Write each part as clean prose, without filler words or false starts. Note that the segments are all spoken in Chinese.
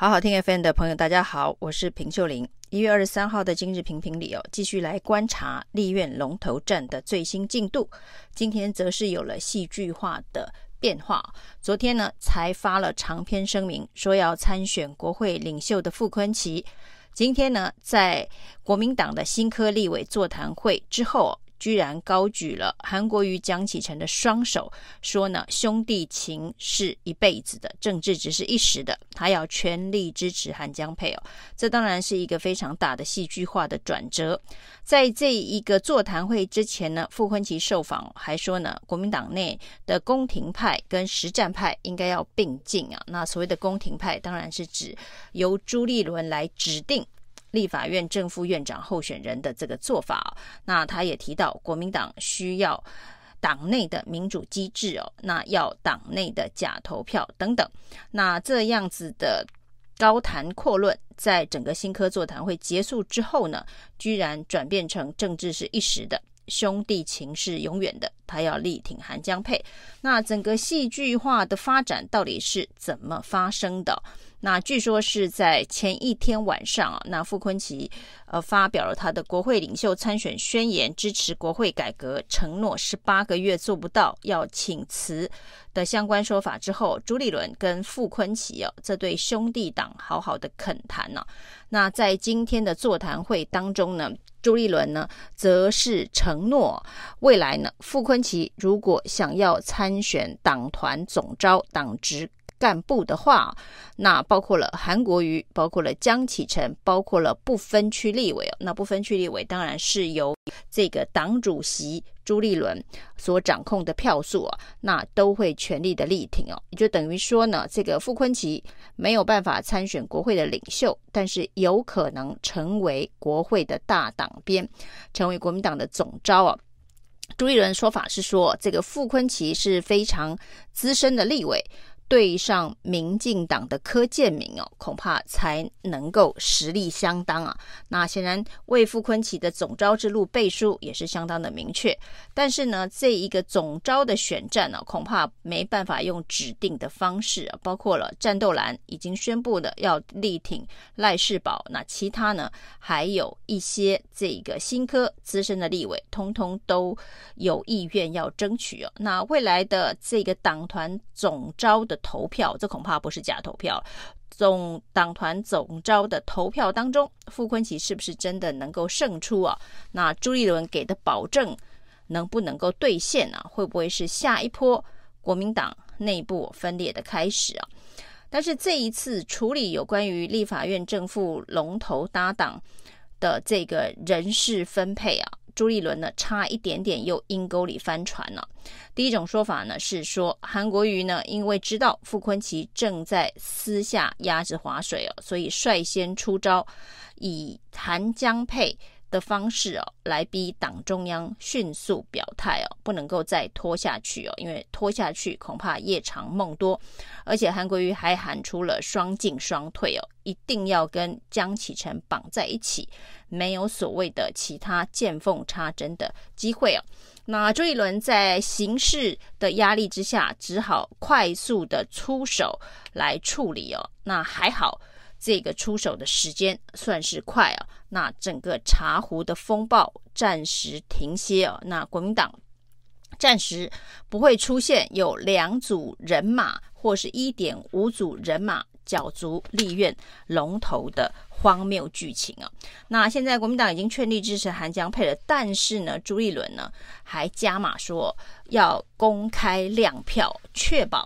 好好听 FM 的朋友大家好，我是平秀玲。1月23号的今日评评里继续来观察立院龙头战的最新进度。今天则是有了戏剧化的变化。昨天呢才发了长篇声明，说要参选国会领袖的傅崑萁，今天呢在国民党的新科立委座谈会之后居然高举了韩国瑜、江启臣的双手，说呢兄弟情是一辈子的，政治只是一时的，他要全力支持韩江配这当然是一个非常大的戏剧化的转折。在这一个座谈会之前呢，傅崑萁受访还说呢，国民党内的宫廷派跟实战派应该要并进那所谓的宫廷派当然是指由朱立伦来指定立法院正副院长候选人的这个做法那他也提到国民党需要党内的民主机制那要党内的假投票等等。那这样子的高谈阔论在整个新科座谈会结束之后呢，居然转变成政治是一时的，兄弟情是永远的，他要力挺韩江配。那整个戏剧化的发展到底是怎么发生的？那据说是在前一天晚上那傅崑萁发表了他的国会领袖参选宣言，支持国会改革，承诺18个月做不到要请辞的相关说法之后，朱立伦跟傅崑萁这对兄弟党好好的恳谈那在今天的座谈会当中呢，朱立伦呢则是承诺未来呢傅崑萁如果想要参选党团总召党职干部的话，那包括了韩国瑜，包括了江启臣，包括了不分区立委那不分区立委当然是由这个党主席朱立伦所掌控的票数那都会全力的力挺也就等于说呢，这个傅崑萁没有办法参选国会的领袖，但是有可能成为国会的大党鞭，成为国民党的总召朱立伦的说法是说，这个傅崑萁是非常资深的立委，对上民进党的柯建铭恐怕才能够实力相当那显然为傅崑萁的总召之路背书也是相当的明确，但是呢这一个总召的选战恐怕没办法用指定的方式包括了战斗蓝已经宣布的要力挺赖士葆，那其他呢还有一些这个新科资深的立委通通都有意愿要争取那未来的这个党团总召的投票，这恐怕不是假投票，党团总召的投票当中，傅崑萁是不是真的能够胜出那朱立伦给的保证能不能够兑现会不会是下一波国民党内部分裂的开始但是这一次处理有关于立法院正副龙头搭档的这个人事分配朱立伦呢差一点点又阴沟里翻船第一种说法呢是说，韩国瑜呢因为知道傅崑萁正在私下压着划水所以率先出招，以韩江配的方式来逼党中央迅速表态不能够再拖下去因为拖下去恐怕夜长梦多，而且韩国瑜还喊出了双进双退一定要跟江启臣绑在一起，没有所谓的其他见缝插针的机会那朱立伦在形势的压力之下只好快速的出手来处理那还好这个出手的时间算是快那整个茶壶的风暴暂时停歇那国民党暂时不会出现有2组人马或是 1.5 组人马角逐立院龙头的荒谬剧情那现在国民党已经全力支持韩江配了，但是呢朱立伦呢还加码说要公开亮票，确保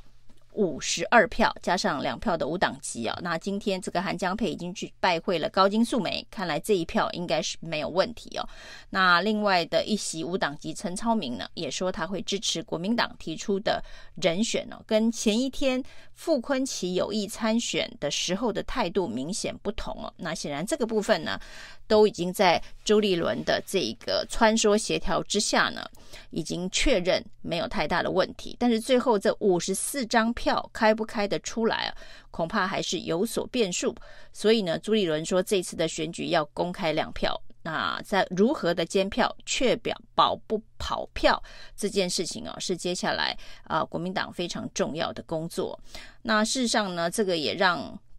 52票加上2票的无党籍那今天这个韩江配已经去拜会了高金素梅，看来这一票应该是没有问题那另外的一席无党籍陈超明呢也说他会支持国民党提出的人选跟前一天傅崑萁有意参选的时候的态度明显不同那显然这个部分呢都已经在朱立伦的这个穿梭协调之下呢已经确认没有太大的问题，但是最后这54张票开不开得出来恐怕还是有所变数，所以呢朱立伦说这次的选举要公开亮票，那在如何的监票确保不跑票这件事情是接下来国民党非常重要的工作。那事实上呢这个也让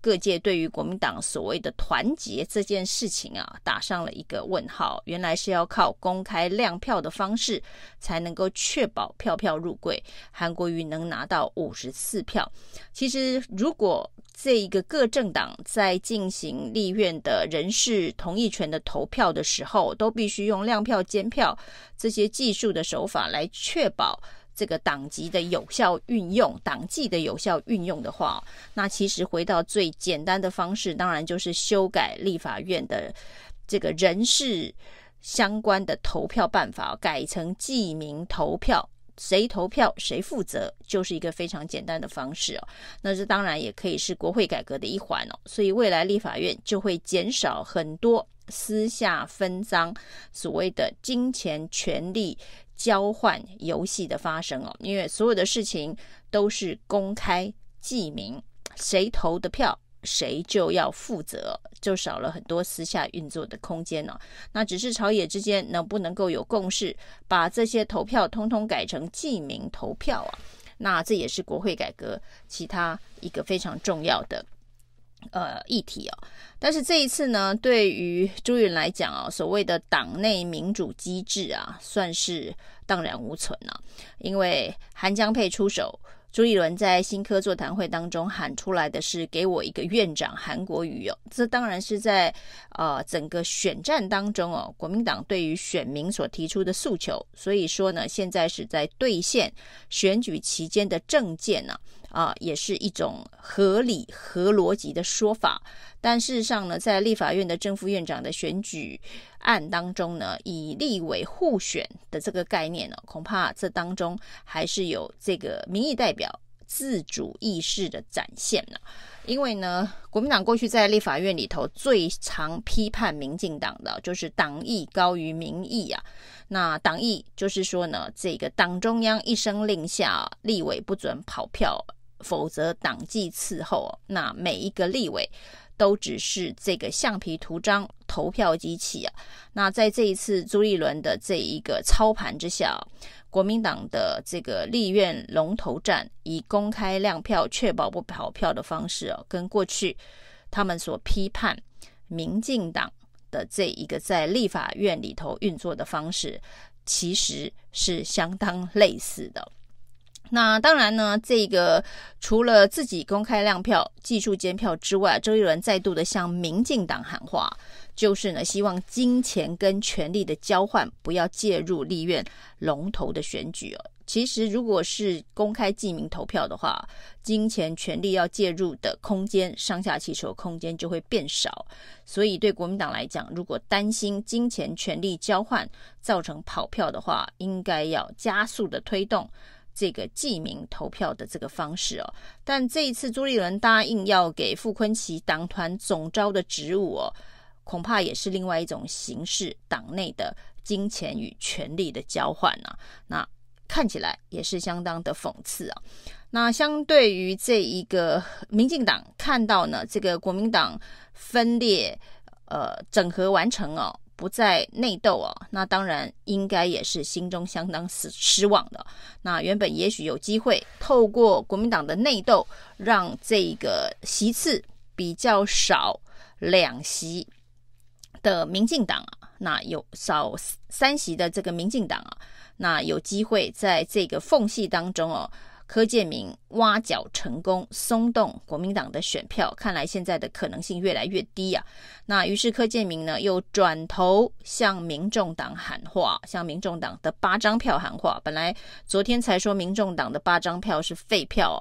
各界对于国民党所谓的团结这件事情啊，打上了一个问号。原来是要靠公开亮票的方式才能够确保票票入柜，韩国瑜能拿到54票。其实如果这一个各政党在进行立院的人事同意权的投票的时候，都必须用亮票、监票这些技术的手法来确保这个党籍的有效运用，党纪的有效运用的话，那其实回到最简单的方式，当然就是修改立法院的这个人事相关的投票办法，改成记名投票。谁投票谁负责，就是一个非常简单的方式哦。那这当然也可以是国会改革的一环哦。所以未来立法院就会减少很多私下分赃所谓的金钱权力交换游戏的发生哦。因为所有的事情都是公开记名，谁投的票谁就要负责，就少了很多私下运作的空间哦。那只是朝野之间能不能够有共识，把这些投票通通改成记名投票啊？那这也是国会改革其他一个非常重要的议题哦。但是这一次呢，对于朱立伦来讲啊，所谓的党内民主机制啊，算是荡然无存啊。因为韩江配出手，朱立伦在新科座谈会当中喊出来的是给我一个院长韩国瑜哦，这当然是在整个选战当中哦，国民党对于选民所提出的诉求，所以说呢，现在是在兑现选举期间的政见呢也是一种合理合逻辑的说法。但事实上呢，在立法院的正副院长的选举案当中呢，以立委互选的这个概念呢，恐怕这当中还是有这个民意代表自主意识的展现呢。因为呢，国民党过去在立法院里头最常批判民进党的就是党意高于民意啊。那党意就是说呢，这个党中央一声令下，立委不准跑票，否则党纪伺候。那每一个立委都只是这个橡皮图章投票机器啊。那在这一次朱立伦的这一个操盘之下，国民党的这个立院龙头战，以公开亮票确保不跑票的方式跟过去他们所批判民进党的这一个在立法院里头运作的方式，其实是相当类似的。那当然呢，这个除了自己公开亮票、技术监票之外，周立伦再度的向民进党喊话，就是呢，希望金钱跟权力的交换不要介入立院龙头的选举哦。其实如果是公开记名投票的话，金钱权力要介入的空间，上下其手的空间就会变少。所以对国民党来讲，如果担心金钱权力交换造成跑票的话，应该要加速的推动这个记名投票的这个方式哦。但这一次朱立伦答应要给傅崐萁党团总召的职务哦，恐怕也是另外一种形式党内的金钱与权力的交换啊。那看起来也是相当的讽刺啊。那相对于这一个民进党看到呢，这个国民党分裂整合完成哦，不再内斗哦，那当然应该也是心中相当失望的。那原本也许有机会透过国民党的内斗，让这个席次比较少2席的民进党啊，那有少3席的这个民进党啊，那有机会在这个缝隙当中哦，柯建铭挖角成功，松动国民党的选票，看来现在的可能性越来越低啊。那于是柯建铭呢又转头向民众党喊话，向民众党的8张票喊话。本来昨天才说民众党的8张票是废票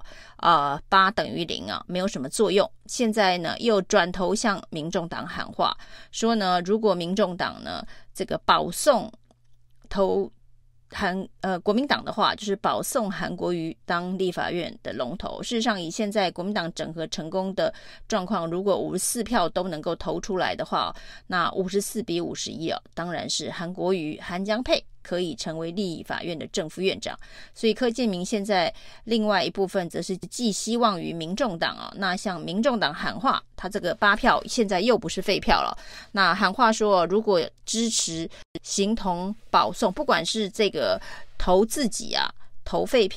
8等于0啊，没有什么作用。现在呢又转头向民众党喊话，说呢如果民众党呢这个保送投国民党的话，就是保送韩国瑜当立法院的龙头。事实上，以现在国民党整合成功的状况，如果54票都能够投出来的话，那54比51当然是韩国瑜、韩江配可以成为立法院的正副院长。所以柯建铭现在另外一部分则是寄希望于民众党那向民众党喊话，他这个8票现在又不是废票了。那喊话说，如果支持形同保送，不管是这个投自己投废票，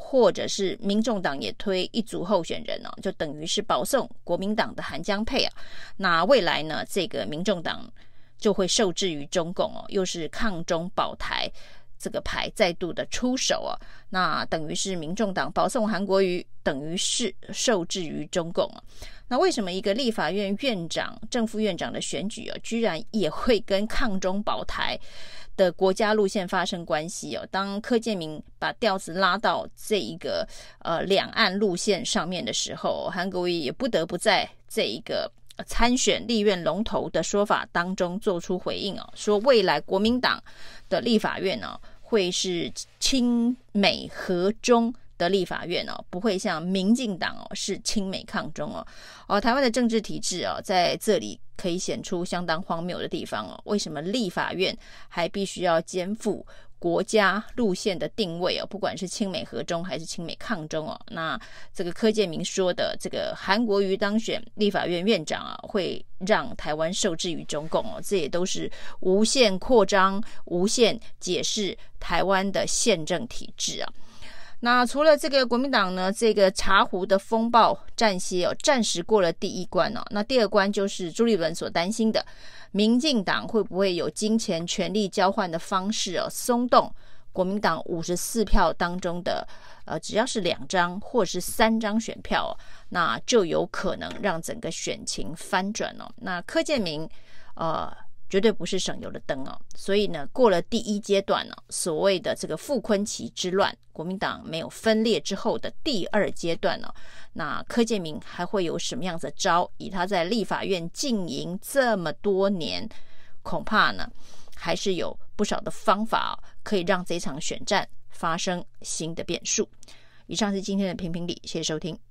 或者是民众党也推一组候选人就等于是保送国民党的韩江佩那未来呢，这个民众党就会受制于中共又是抗中保台这个牌再度的出手那等于是民众党保送韩国瑜，等于是受制于中共那为什么一个立法院院长、正副院长的选举居然也会跟抗中保台的国家路线发生关系当柯建铭把调子拉到这一个两岸路线上面的时候，韩国瑜也不得不在这一个参选立院龙头的说法当中做出回应说未来国民党的立法院会是亲美和中的立法院不会像民进党是亲美抗中台湾的政治体制在这里可以显出相当荒谬的地方为什么立法院还必须要肩负国家路线的定位不管是亲美和中还是亲美抗中那这个柯建铭说的这个韩国瑜当选立法院院长会让台湾受制于中共这也都是无限扩张、无限解释台湾的宪政体制那除了这个国民党呢，这个茶壶的风暴暂歇暂时过了第一关那第二关就是朱立伦所担心的民进党会不会有金钱权力交换的方式松动国民党54票当中的只要是2张或是3张选票那就有可能让整个选情翻转那柯建铭绝对不是省油的灯所以呢，过了第一阶段所谓的这个傅崐萁之乱，国民党没有分裂之后的第二阶段那柯建铭还会有什么样子的招？以他在立法院经营这么多年，恐怕呢还是有不少的方法可以让这场选战发生新的变数。以上是今天的评评理，谢谢收听。